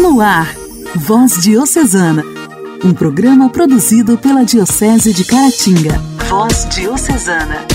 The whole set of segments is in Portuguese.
No ar, Voz Diocesana, um programa produzido pela Diocese de Caratinga. Voz Diocesana.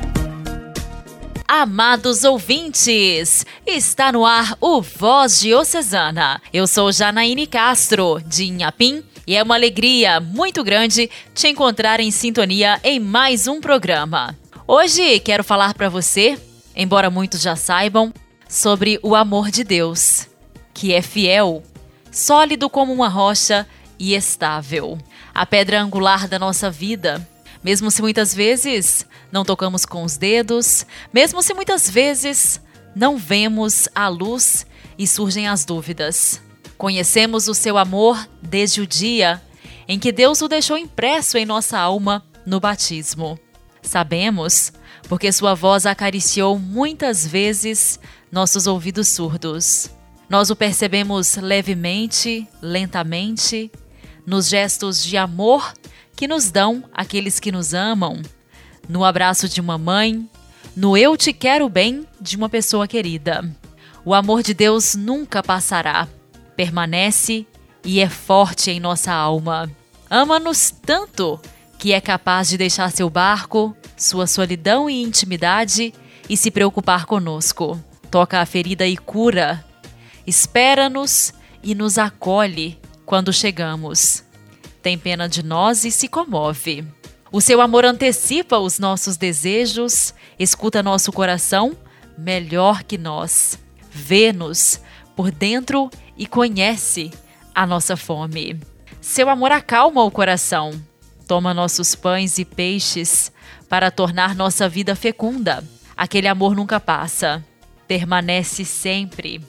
Amados ouvintes, está no ar o Voz Diocesana. Eu sou Janaíne Castro, de Inhapim, e é uma alegria muito grande te encontrar em sintonia em mais um programa. Hoje quero falar para você, embora muitos já saibam, sobre o amor de Deus, que é fiel, sólido como uma rocha e estável. A pedra angular da nossa vida, mesmo se muitas vezes não tocamos com os dedos, mesmo se muitas vezes não vemos a luz e surgem as dúvidas. Conhecemos o seu amor desde o dia em que Deus o deixou impresso em nossa alma no batismo. Sabemos porque sua voz acariciou muitas vezes nossos ouvidos surdos. Nós o percebemos levemente, lentamente, nos gestos de amor que nos dão aqueles que nos amam, no abraço de uma mãe, no eu te quero bem de uma pessoa querida. O amor de Deus nunca passará, permanece e é forte em nossa alma. Ama-nos tanto que é capaz de deixar seu barco, sua solidão e intimidade e se preocupar conosco. Toca a ferida e cura. Espera-nos e nos acolhe quando chegamos. Tem pena de nós e se comove. O seu amor antecipa os nossos desejos, escuta nosso coração melhor que nós. Vê-nos por dentro e conhece a nossa fome. Seu amor acalma o coração. Toma nossos pães e peixes para tornar nossa vida fecunda. Aquele amor nunca passa, permanece sempre.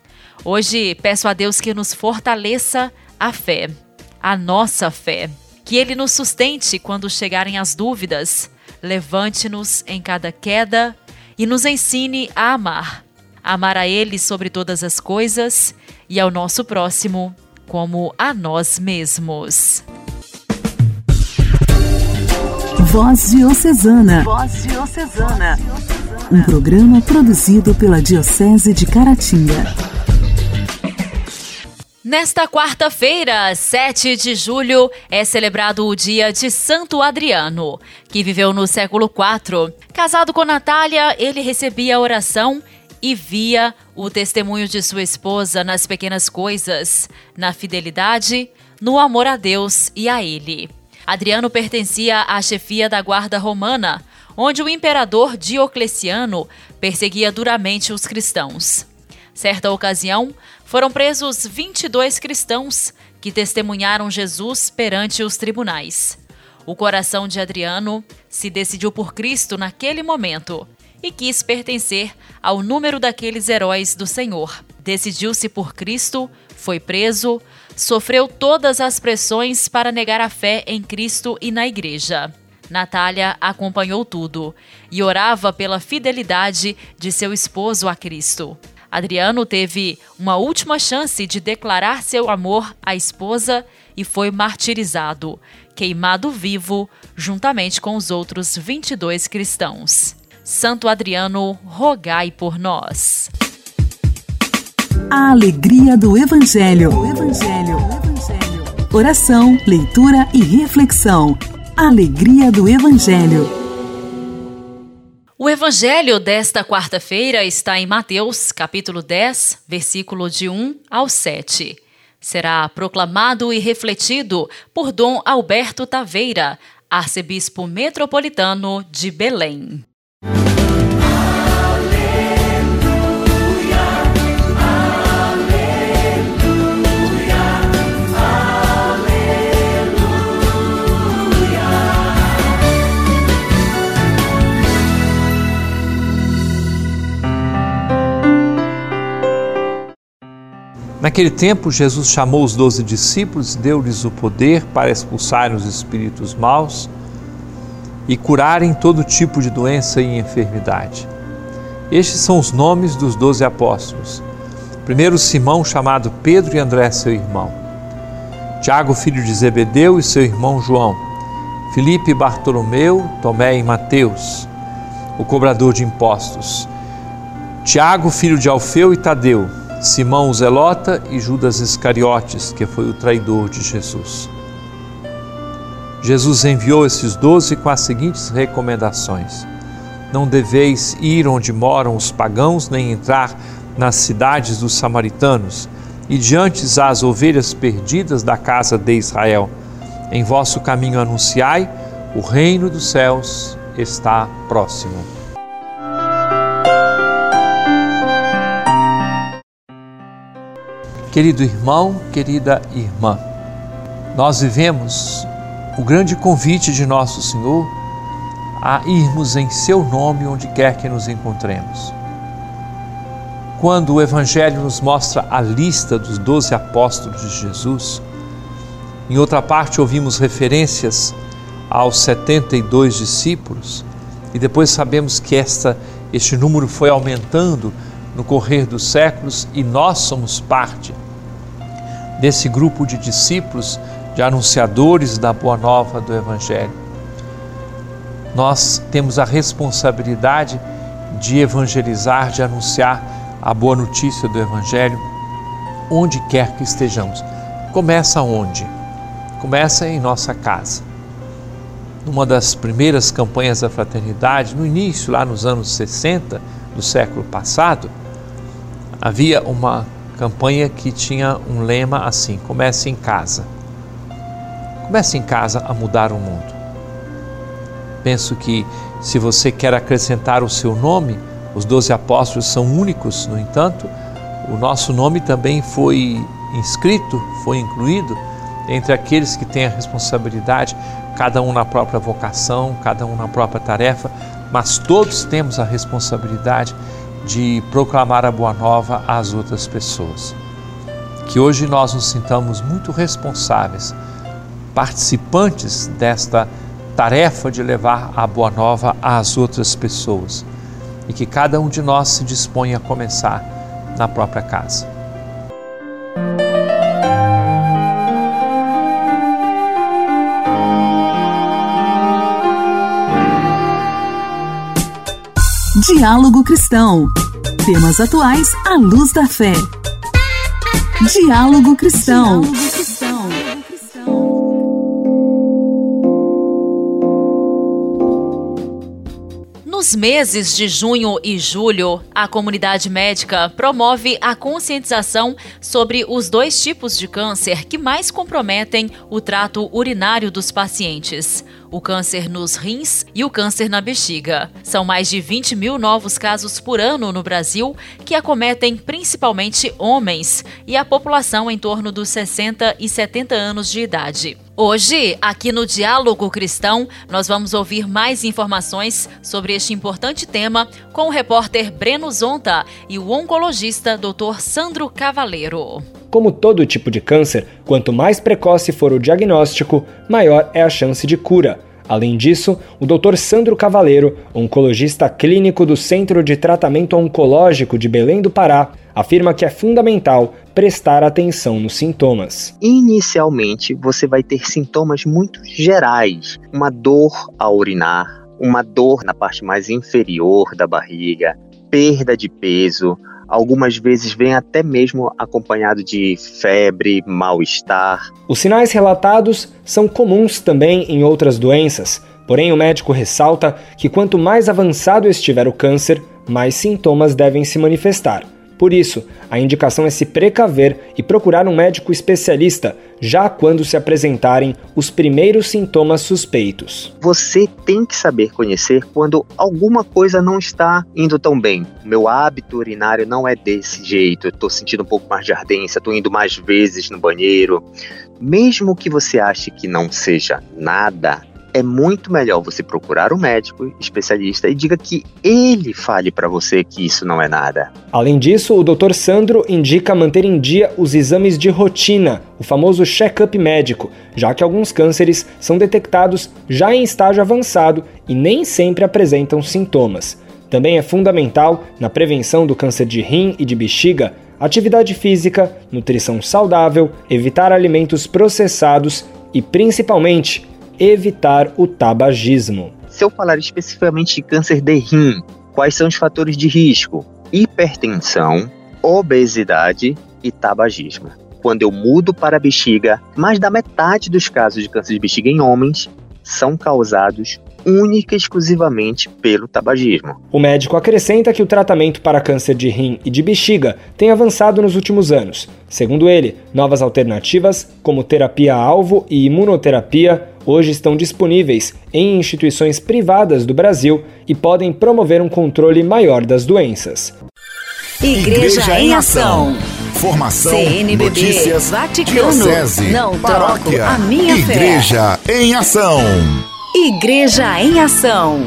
Hoje peço a Deus que nos fortaleça a fé, a nossa fé. Que Ele nos sustente quando chegarem as dúvidas, levante-nos em cada queda e nos ensine a amar. Amar a Ele sobre todas as coisas e ao nosso próximo como a nós mesmos. Voz Diocesana. Voz Diocesana. Um programa produzido pela Diocese de Caratinga. Nesta quarta-feira, 7 de julho, é celebrado o dia de Santo Adriano, que viveu no século IV. Casado com Natália, ele recebia a oração e via o testemunho de sua esposa nas pequenas coisas, na fidelidade, no amor a Deus e a ele. Adriano pertencia à chefia da guarda romana, onde o imperador Diocleciano perseguia duramente os cristãos. Certa ocasião, foram presos 22 cristãos que testemunharam Jesus perante os tribunais. O coração de Adriano se decidiu por Cristo naquele momento e quis pertencer ao número daqueles heróis do Senhor. Decidiu-se por Cristo, foi preso, sofreu todas as pressões para negar a fé em Cristo e na Igreja. Natália acompanhou tudo e orava pela fidelidade de seu esposo a Cristo. Adriano teve uma última chance de declarar seu amor à esposa e foi martirizado, queimado vivo, juntamente com os outros 22 cristãos. Santo Adriano, rogai por nós. A alegria do Evangelho. Oração, leitura e reflexão. Alegria do Evangelho. O Evangelho desta quarta-feira está em Mateus, capítulo 10, versículo de 1 ao 7. Será proclamado e refletido por Dom Alberto Taveira, arcebispo metropolitano de Belém. Naquele tempo, Jesus chamou os 12 discípulos e deu-lhes o poder para expulsarem os espíritos maus e curarem todo tipo de doença e enfermidade. Estes são os nomes dos 12 apóstolos. Primeiro, Simão, chamado Pedro, e André, seu irmão. Tiago, filho de Zebedeu, e seu irmão João. Filipe e Bartolomeu, Tomé e Mateus, o cobrador de impostos. Tiago, filho de Alfeu, e Tadeu, Simão o Zelota e Judas Iscariotes, que foi o traidor de Jesus. Jesus enviou esses 12 com as seguintes recomendações: não deveis ir onde moram os pagãos, nem entrar nas cidades dos samaritanos, e diante as ovelhas perdidas da casa de Israel. Em vosso caminho anunciai, o reino dos céus está próximo. Querido irmão, querida irmã, nós vivemos o grande convite de Nosso Senhor a irmos em seu nome onde quer que nos encontremos. Quando o Evangelho nos mostra a lista dos 12 apóstolos de Jesus, em outra parte ouvimos referências aos 72 discípulos e depois sabemos que este número foi aumentando no correr dos séculos e nós somos parte desse grupo de discípulos, de anunciadores da Boa Nova do Evangelho. Nós temos a responsabilidade de evangelizar, de anunciar a boa notícia do Evangelho onde quer que estejamos. Começa onde? Começa em nossa casa. Numa das primeiras campanhas da fraternidade, no início, lá nos anos 60 do século passado, havia uma campanha que tinha um lema assim: comece em casa. Comece em casa a mudar o mundo. Penso que se você quer acrescentar o seu nome, os 12 apóstolos são únicos, no entanto, o nosso nome também foi inscrito, foi incluído entre aqueles que têm a responsabilidade, cada um na própria vocação, cada um na própria tarefa, mas todos temos a responsabilidade de proclamar a Boa Nova às outras pessoas. Que hoje nós nos sintamos muito responsáveis, participantes desta tarefa de levar a Boa Nova às outras pessoas e que cada um de nós se disponha a começar na própria casa. Diálogo Cristão. Temas atuais à luz da fé. Diálogo Cristão. Nos meses de junho e julho, a comunidade médica promove a conscientização sobre os 2 tipos de câncer que mais comprometem o trato urinário dos pacientes: o câncer nos rins e o câncer na bexiga. São mais de 20 mil novos casos por ano no Brasil, que acometem principalmente homens e a população em torno dos 60 e 70 anos de idade. Hoje, aqui no Diálogo Cristão, nós vamos ouvir mais informações sobre este importante tema com o repórter Breno Zonta e o oncologista Dr. Sandro Cavaleiro. Como todo tipo de câncer, quanto mais precoce for o diagnóstico, maior é a chance de cura. Além disso, o Dr. Sandro Cavaleiro, oncologista clínico do Centro de Tratamento Oncológico de Belém do Pará, afirma que é fundamental prestar atenção nos sintomas. Inicialmente, você vai ter sintomas muito gerais, uma dor ao urinar, uma dor na parte mais inferior da barriga, perda de peso, algumas vezes vem até mesmo acompanhado de febre, mal-estar. Os sinais relatados são comuns também em outras doenças, porém o médico ressalta que quanto mais avançado estiver o câncer, mais sintomas devem se manifestar. Por isso, a indicação é se precaver e procurar um médico especialista, já quando se apresentarem os primeiros sintomas suspeitos. Você tem que saber conhecer quando alguma coisa não está indo tão bem. Meu hábito urinário não é desse jeito, eu estou sentindo um pouco mais de ardência, estou indo mais vezes no banheiro. Mesmo que você ache que não seja nada, é muito melhor você procurar um médico especialista e diga que ele fale para você que isso não é nada. Além disso, o Dr. Sandro indica manter em dia os exames de rotina, o famoso check-up médico, já que alguns cânceres são detectados já em estágio avançado e nem sempre apresentam sintomas. Também é fundamental, na prevenção do câncer de rim e de bexiga, atividade física, nutrição saudável, evitar alimentos processados e, principalmente, evitar o tabagismo. Se eu falar especificamente de câncer de rim, quais são os fatores de risco? Hipertensão, obesidade e tabagismo. Quando eu mudo para a bexiga, mais da metade dos casos de câncer de bexiga em homens são causados única e exclusivamente pelo tabagismo. O médico acrescenta que o tratamento para câncer de rim e de bexiga tem avançado nos últimos anos. Segundo ele, novas alternativas, como terapia-alvo e imunoterapia, hoje estão disponíveis em instituições privadas do Brasil e podem promover um controle maior das doenças. Igreja em Ação. Formação, CNBB, notícias, Vaticano, diocese, não paróquia, troco a minha fé. Igreja em Ação. Igreja em Ação.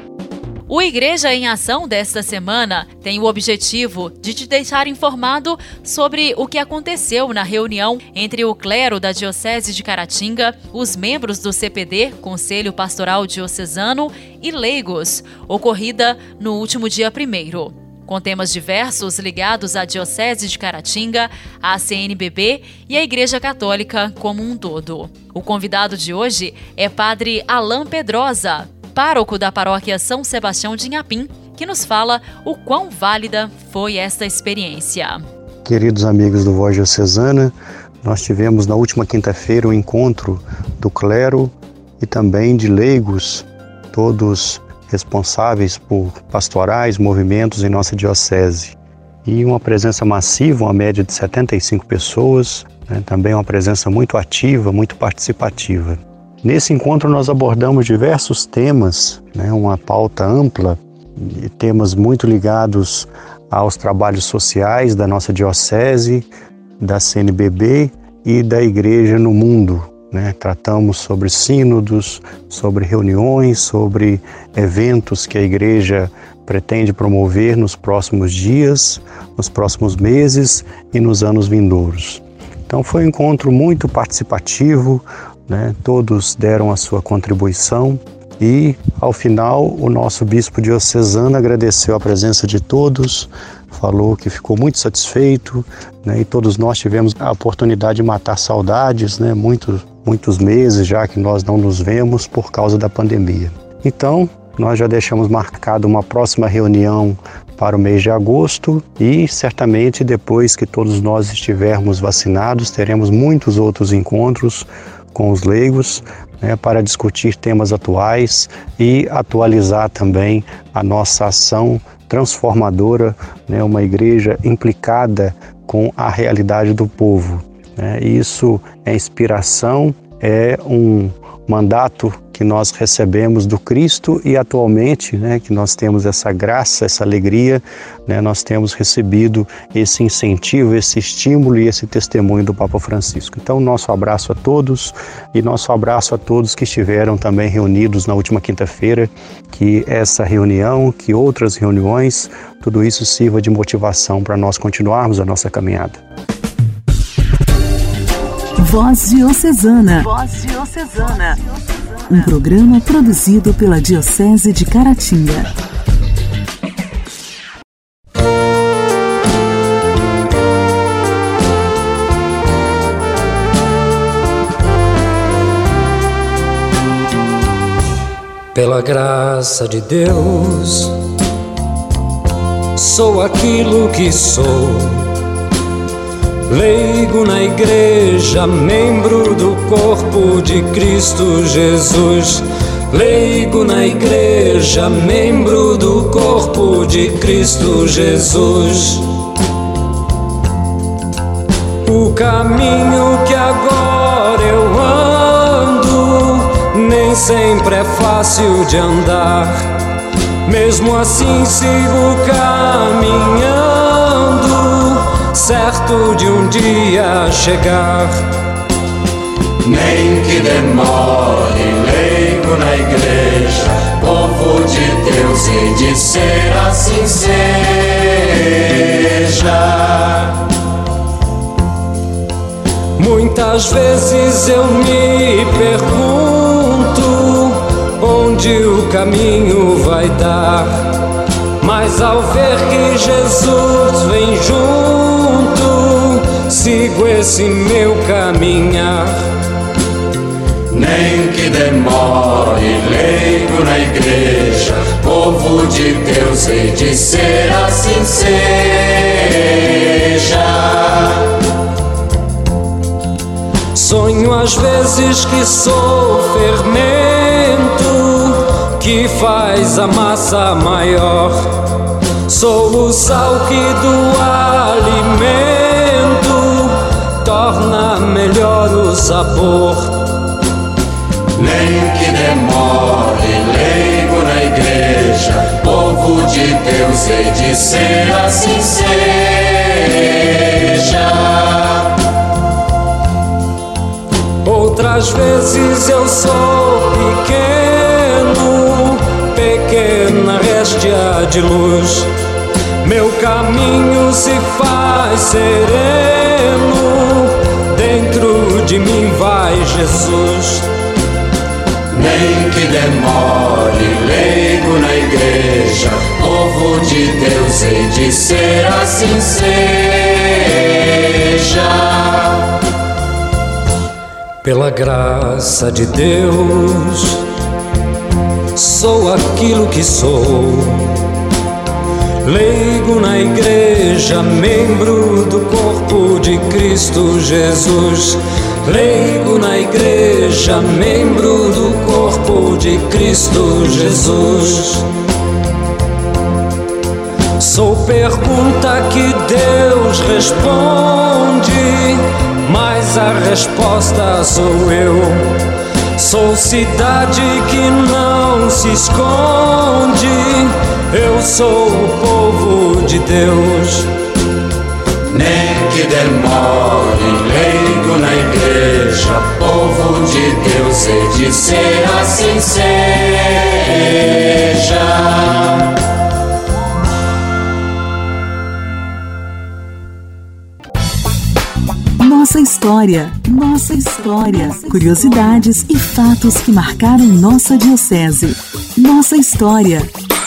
O Igreja em Ação desta semana tem o objetivo de te deixar informado sobre o que aconteceu na reunião entre o clero da Diocese de Caratinga, os membros do CPD, Conselho Pastoral Diocesano, e leigos, ocorrida no último dia 1º. Com temas diversos ligados à Diocese de Caratinga, à CNBB e à Igreja Católica como um todo. O convidado de hoje é Padre Alain Pedrosa, pároco da Paróquia São Sebastião de Inhapim, que nos fala o quão válida foi esta experiência. Queridos amigos do Voz Diocesana, nós tivemos na última quinta-feira um encontro do clero e também de leigos, todos responsáveis por pastorais, movimentos em nossa diocese. E uma presença massiva, uma média de 75 pessoas, também uma presença muito ativa, muito participativa. Nesse encontro nós abordamos diversos temas, uma pauta ampla, temas muito ligados aos trabalhos sociais da nossa diocese, da CNBB e da Igreja no mundo. Tratamos sobre sínodos, sobre reuniões, sobre eventos que a Igreja pretende promover nos próximos dias, nos próximos meses e nos anos vindouros. Então foi um encontro muito participativo, todos deram a sua contribuição e, ao final, o nosso bispo diocesano agradeceu a presença de todos, falou que ficou muito satisfeito, e todos nós tivemos a oportunidade de matar saudades, muitos meses já que nós não nos vemos por causa da pandemia. Então, nós já deixamos marcado uma próxima reunião para o mês de agosto e certamente depois que todos nós estivermos vacinados, teremos muitos outros encontros com os leigos, para discutir temas atuais e atualizar também a nossa ação transformadora, uma igreja implicada com a realidade do povo. Isso é inspiração, é um mandato que nós recebemos do Cristo e atualmente, que nós temos essa graça, essa alegria, nós temos recebido esse incentivo, esse estímulo e esse testemunho do Papa Francisco. Então, nosso abraço a todos e nosso abraço a todos que estiveram também reunidos na última quinta-feira, que essa reunião, que outras reuniões, tudo isso sirva de motivação para nós continuarmos a nossa caminhada. Voz Diocesana. Voz Diocesana. Um programa produzido pela Diocese de Caratinga. Pela graça de Deus, sou aquilo que sou. Leigo na igreja, membro do corpo de Cristo Jesus. Leigo na igreja, membro do corpo de Cristo Jesus. O caminho que agora eu ando nem sempre é fácil de andar. Mesmo assim sigo caminhando, certo de um dia chegar. Nem que demore, leigo na igreja, povo de Deus, e de ser assim seja. Muitas vezes eu me pergunto onde o caminho vai dar, mas ao ver que Jesus vem junto, sigo esse meu caminhar. Nem que demore, leigo na igreja, povo povo de Deus, hei de ser, assim seja. Sonho às vezes que sou fermento que faz a massa maior. Sou o sal que do alimento torna melhor o sabor. Nem que demore, leigo na igreja, povo de Deus, hei de ser, assim seja. Outras vezes eu sou pequeno, pequena réstia de luz. Meu caminho se faz sereno, dentro de mim vai Jesus. Nem que demore, leigo na igreja, povo de Deus, hei de ser, assim seja. Pela graça de Deus, sou aquilo que sou. Leigo na igreja, membro do corpo de Cristo Jesus. Leigo na igreja, membro do corpo de Cristo Jesus. Sou pergunta que Deus responde, mas a resposta sou eu. Sou cidade que não se esconde, eu sou o povo de Deus. Nem que demore, leigo na igreja, povo de Deus, hei de ser, assim seja. Nossa história, curiosidades e fatos que marcaram nossa diocese. Nossa história.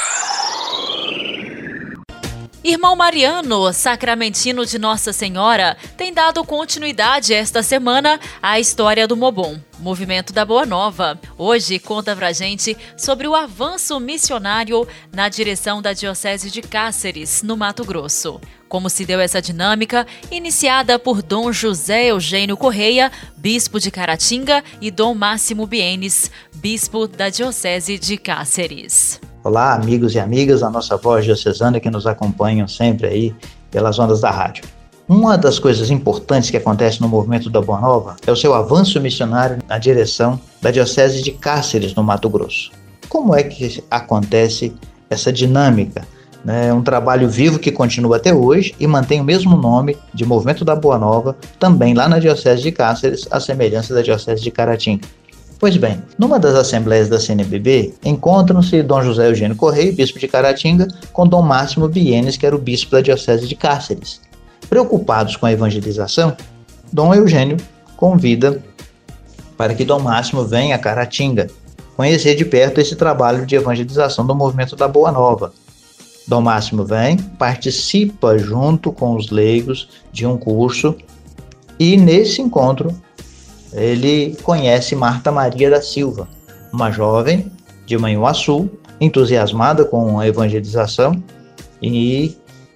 Irmão Mariano, sacramentino de Nossa Senhora, tem dado continuidade esta semana à história do Mobon, Movimento da Boa Nova. Hoje conta pra gente sobre o avanço missionário na direção da Diocese de Cáceres, no Mato Grosso. Como se deu essa dinâmica, iniciada por Dom José Eugênio Correia, bispo de Caratinga, e Dom Máximo Bienes, bispo da Diocese de Cáceres. Olá, amigos e amigas da nossa voz diocesana que nos acompanham sempre aí pelas ondas da rádio. Uma das coisas importantes que acontece no Movimento da Boa Nova é o seu avanço missionário na direção da Diocese de Cáceres, no Mato Grosso. Como é que acontece essa dinâmica? É um trabalho vivo que continua até hoje e mantém o mesmo nome de Movimento da Boa Nova, também lá na Diocese de Cáceres, à semelhança da Diocese de Caratinga. Pois bem, numa das assembleias da CNBB, encontram-se Dom José Eugênio Correia, bispo de Caratinga, com Dom Máximo Bienes, que era o bispo da Diocese de Cáceres. Preocupados com a evangelização, Dom Eugênio convida para que Dom Máximo venha a Caratinga, conhecer de perto esse trabalho de evangelização do Movimento da Boa Nova. Dom Máximo vem, participa junto com os leigos de um curso e nesse encontro ele conhece Marta Maria da Silva, uma jovem de Manhuaçu, entusiasmada com a evangelização, e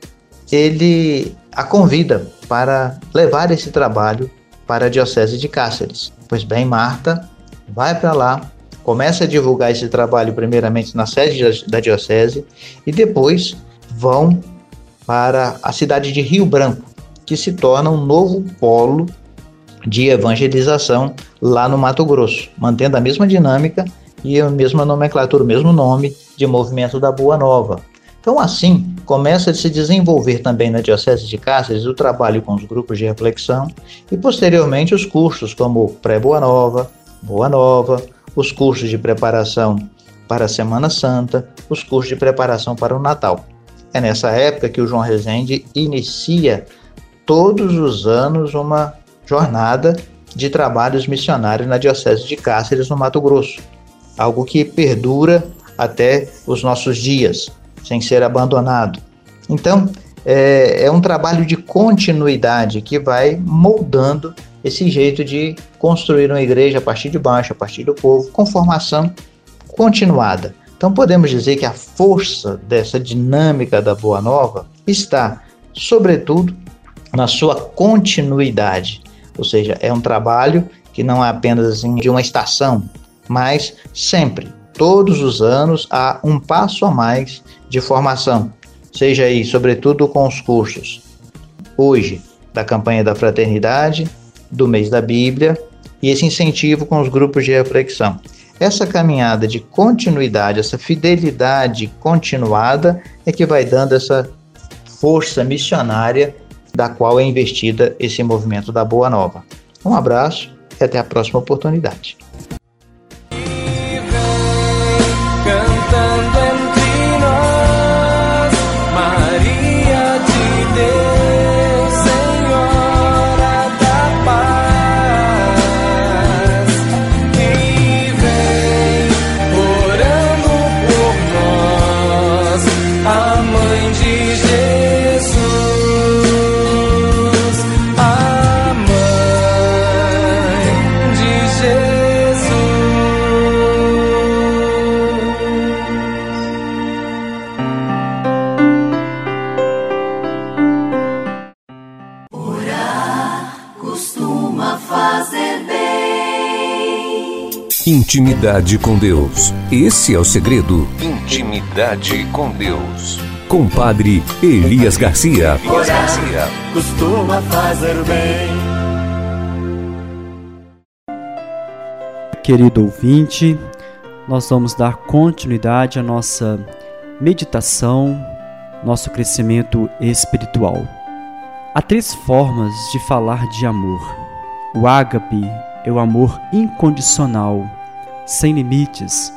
ele a convida para levar esse trabalho para a Diocese de Cáceres. Pois bem, Marta vai para lá, começa a divulgar esse trabalho primeiramente na sede da Diocese e depois vão para a cidade de Rio Branco, que se torna um novo polo de evangelização lá no Mato Grosso, mantendo a mesma dinâmica e a mesma nomenclatura, o mesmo nome de Movimento da Boa Nova. Então, assim, começa a se desenvolver também na Diocese de Cáceres o trabalho com os grupos de reflexão e, posteriormente, os cursos como Pré-Boa Nova, Boa Nova, os cursos de preparação para a Semana Santa, os cursos de preparação para o Natal. É nessa época que o João Rezende inicia todos os anos uma jornada de trabalhos missionários na Diocese de Cáceres, no Mato Grosso. Algo que perdura até os nossos dias, sem ser abandonado. Então, é um trabalho de continuidade que vai moldando esse jeito de construir uma igreja a partir de baixo, a partir do povo, com formação continuada, Então podemos dizer que a força dessa dinâmica da Boa Nova está, sobretudo, na sua continuidade. Ou seja, é um trabalho que não é apenas assim, de uma estação, mas sempre, todos os anos, há um passo a mais de formação. Seja aí, sobretudo, com os cursos. Hoje, da campanha da fraternidade, do mês da Bíblia e esse incentivo com os grupos de reflexão. Essa caminhada de continuidade, essa fidelidade continuada é que vai dando essa força missionária da qual é investida esse movimento da Boa Nova. Um abraço e até a próxima oportunidade. Intimidade com Deus. Esse é o segredo. Intimidade com Deus. Com Padre Elias Garcia. Orar costuma fazer bem. Querido ouvinte, nós vamos dar continuidade à nossa meditação, nosso crescimento espiritual. Há 3 formas de falar de amor. O ágape é o amor incondicional, sem limites,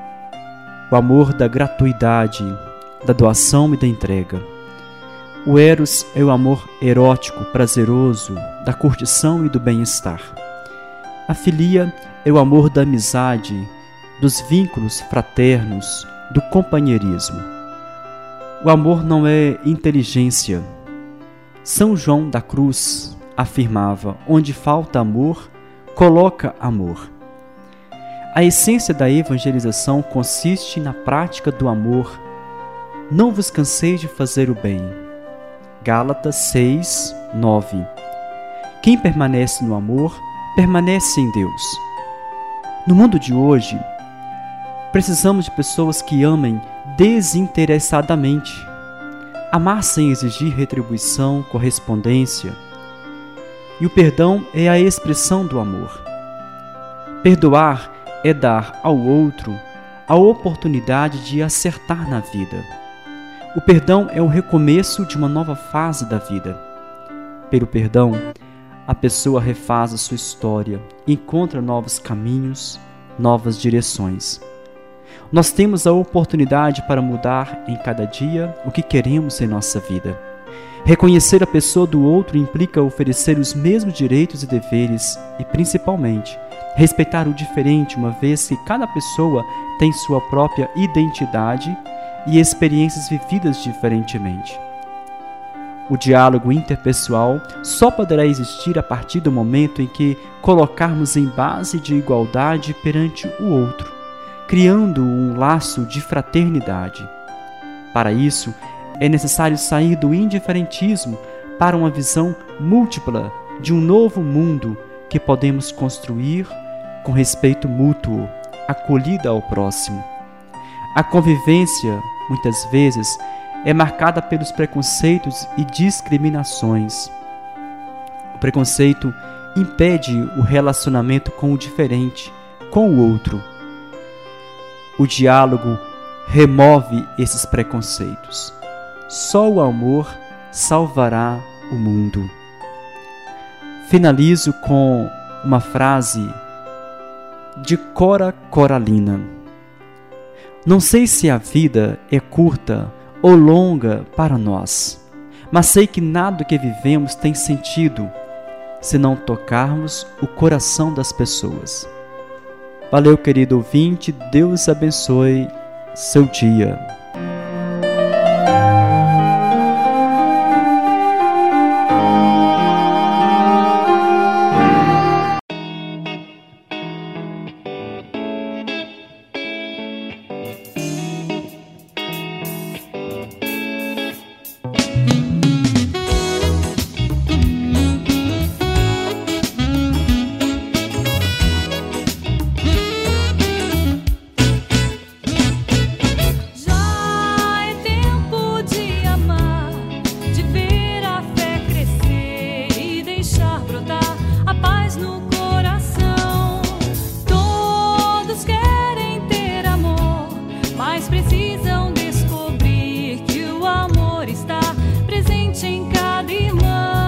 o amor da gratuidade, da doação e da entrega. O eros é o amor erótico, prazeroso, da curtição e do bem-estar. A filia é o amor da amizade, dos vínculos fraternos, do companheirismo. O amor não é inteligência. São João da Cruz afirmava: onde falta amor, coloca amor. A essência da evangelização consiste na prática do amor. Não vos canseis de fazer o bem. Gálatas 6, 9. Quem permanece no amor, permanece em Deus. No mundo de hoje, precisamos de pessoas que amem desinteressadamente. Amar sem exigir retribuição, correspondência. E o perdão é a expressão do amor. Perdoar é dar ao outro a oportunidade de acertar na vida. O perdão é o recomeço de uma nova fase da vida. Pelo perdão, a pessoa refaz a sua história, encontra novos caminhos, novas direções. Nós temos a oportunidade para mudar em cada dia o que queremos em nossa vida. Reconhecer a pessoa do outro implica oferecer os mesmos direitos e deveres e, principalmente, respeitar o diferente, uma vez que cada pessoa tem sua própria identidade e experiências vividas diferentemente. O diálogo interpessoal só poderá existir a partir do momento em que colocarmos em base de igualdade perante o outro, criando um laço de fraternidade. Para isso, é necessário sair do indiferentismo para uma visão múltipla de um novo mundo que podemos construir com respeito mútuo, acolhida ao próximo. A convivência, muitas vezes, é marcada pelos preconceitos e discriminações. O preconceito impede o relacionamento com o diferente, com o outro. O diálogo remove esses preconceitos. Só o amor salvará o mundo. Finalizo com uma frase de Cora Coralina. Não sei se a vida é curta ou longa para nós, mas sei que nada do que vivemos tem sentido se não tocarmos o coração das pessoas. Valeu, querido ouvinte, Deus abençoe seu dia. deixar brotar a paz no coração. Todos querem ter amor, mas precisam descobrir que o amor está presente em cada irmão.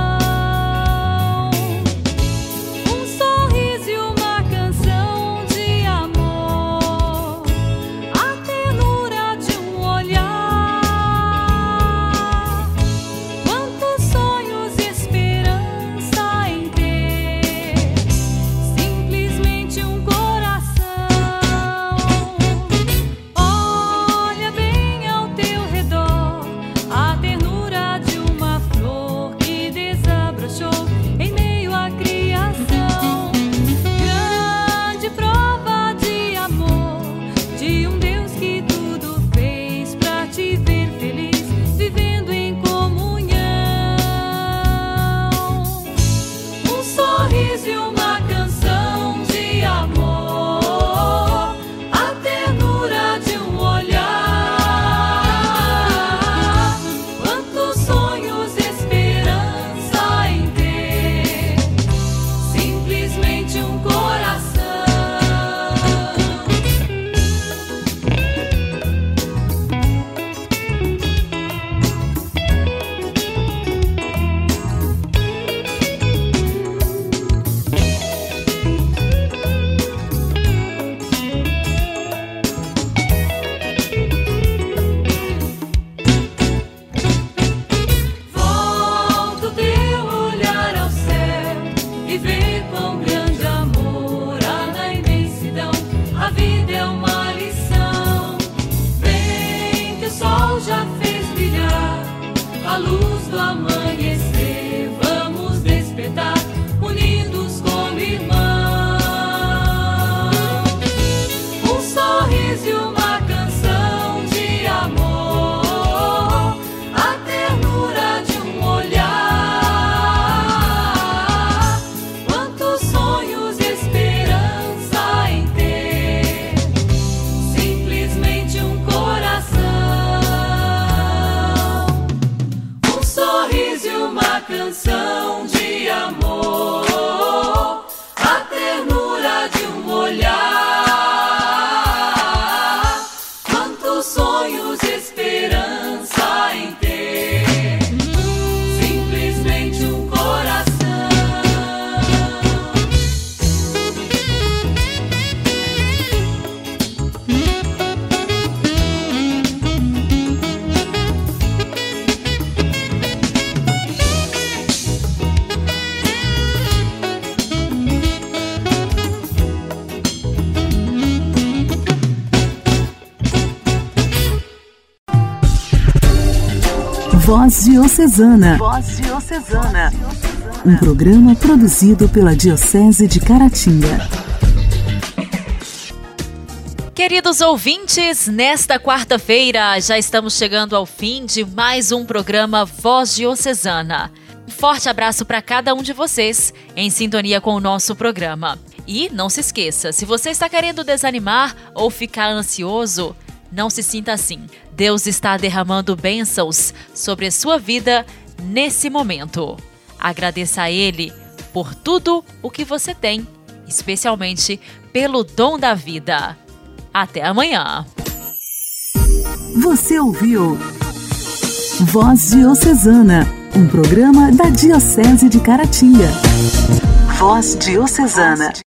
Um sorriso e uma canção de amor, a ternura de um olhar. Quantos sonhos e esperança em ter simplesmente um coração. Olha bem ao teu redor, a ternura de uma flor que desabrochou em meio à criação. Grande prova de amor de um Deus que tudo fez pra te ver feliz, vivendo em comunhão. Um sorriso e uma canção de amor, a ternura de um olhar. Quantos sonhos, esperança em ter simplesmente um coração. Volta o teu olhar ao céu e vê quão grande amor há na imensidão. A vida é uma lição. Vem que o sol já fez brilhar a luz do amanhecer. Vamos despertar, unidos como irmãos. Um sorriso e uma canção de amor, a ternura de um olhar. Quantos sonhos, esperança em ter simplesmente um coração. Um sorriso e uma canção de amor, a ternura de um olhar. Quantos sonhos, esperança em ter simplesmente um coração. Voz Diocesana. Voz Diocesana. Um programa produzido pela Diocese de Caratinga. Queridos ouvintes, nesta quarta-feira já estamos chegando ao fim de mais um programa Voz Diocesana. Um forte abraço para cada um de vocês em sintonia com o nosso programa. E não se esqueça, se você está querendo desanimar ou ficar ansioso, não se sinta assim. Deus está derramando bênçãos sobre a sua vida nesse momento. Agradeça a Ele por tudo o que você tem, especialmente pelo dom da vida. Até amanhã. Você ouviu Voz Diocesana, um programa da Diocese de Caratinga. Voz Diocesana.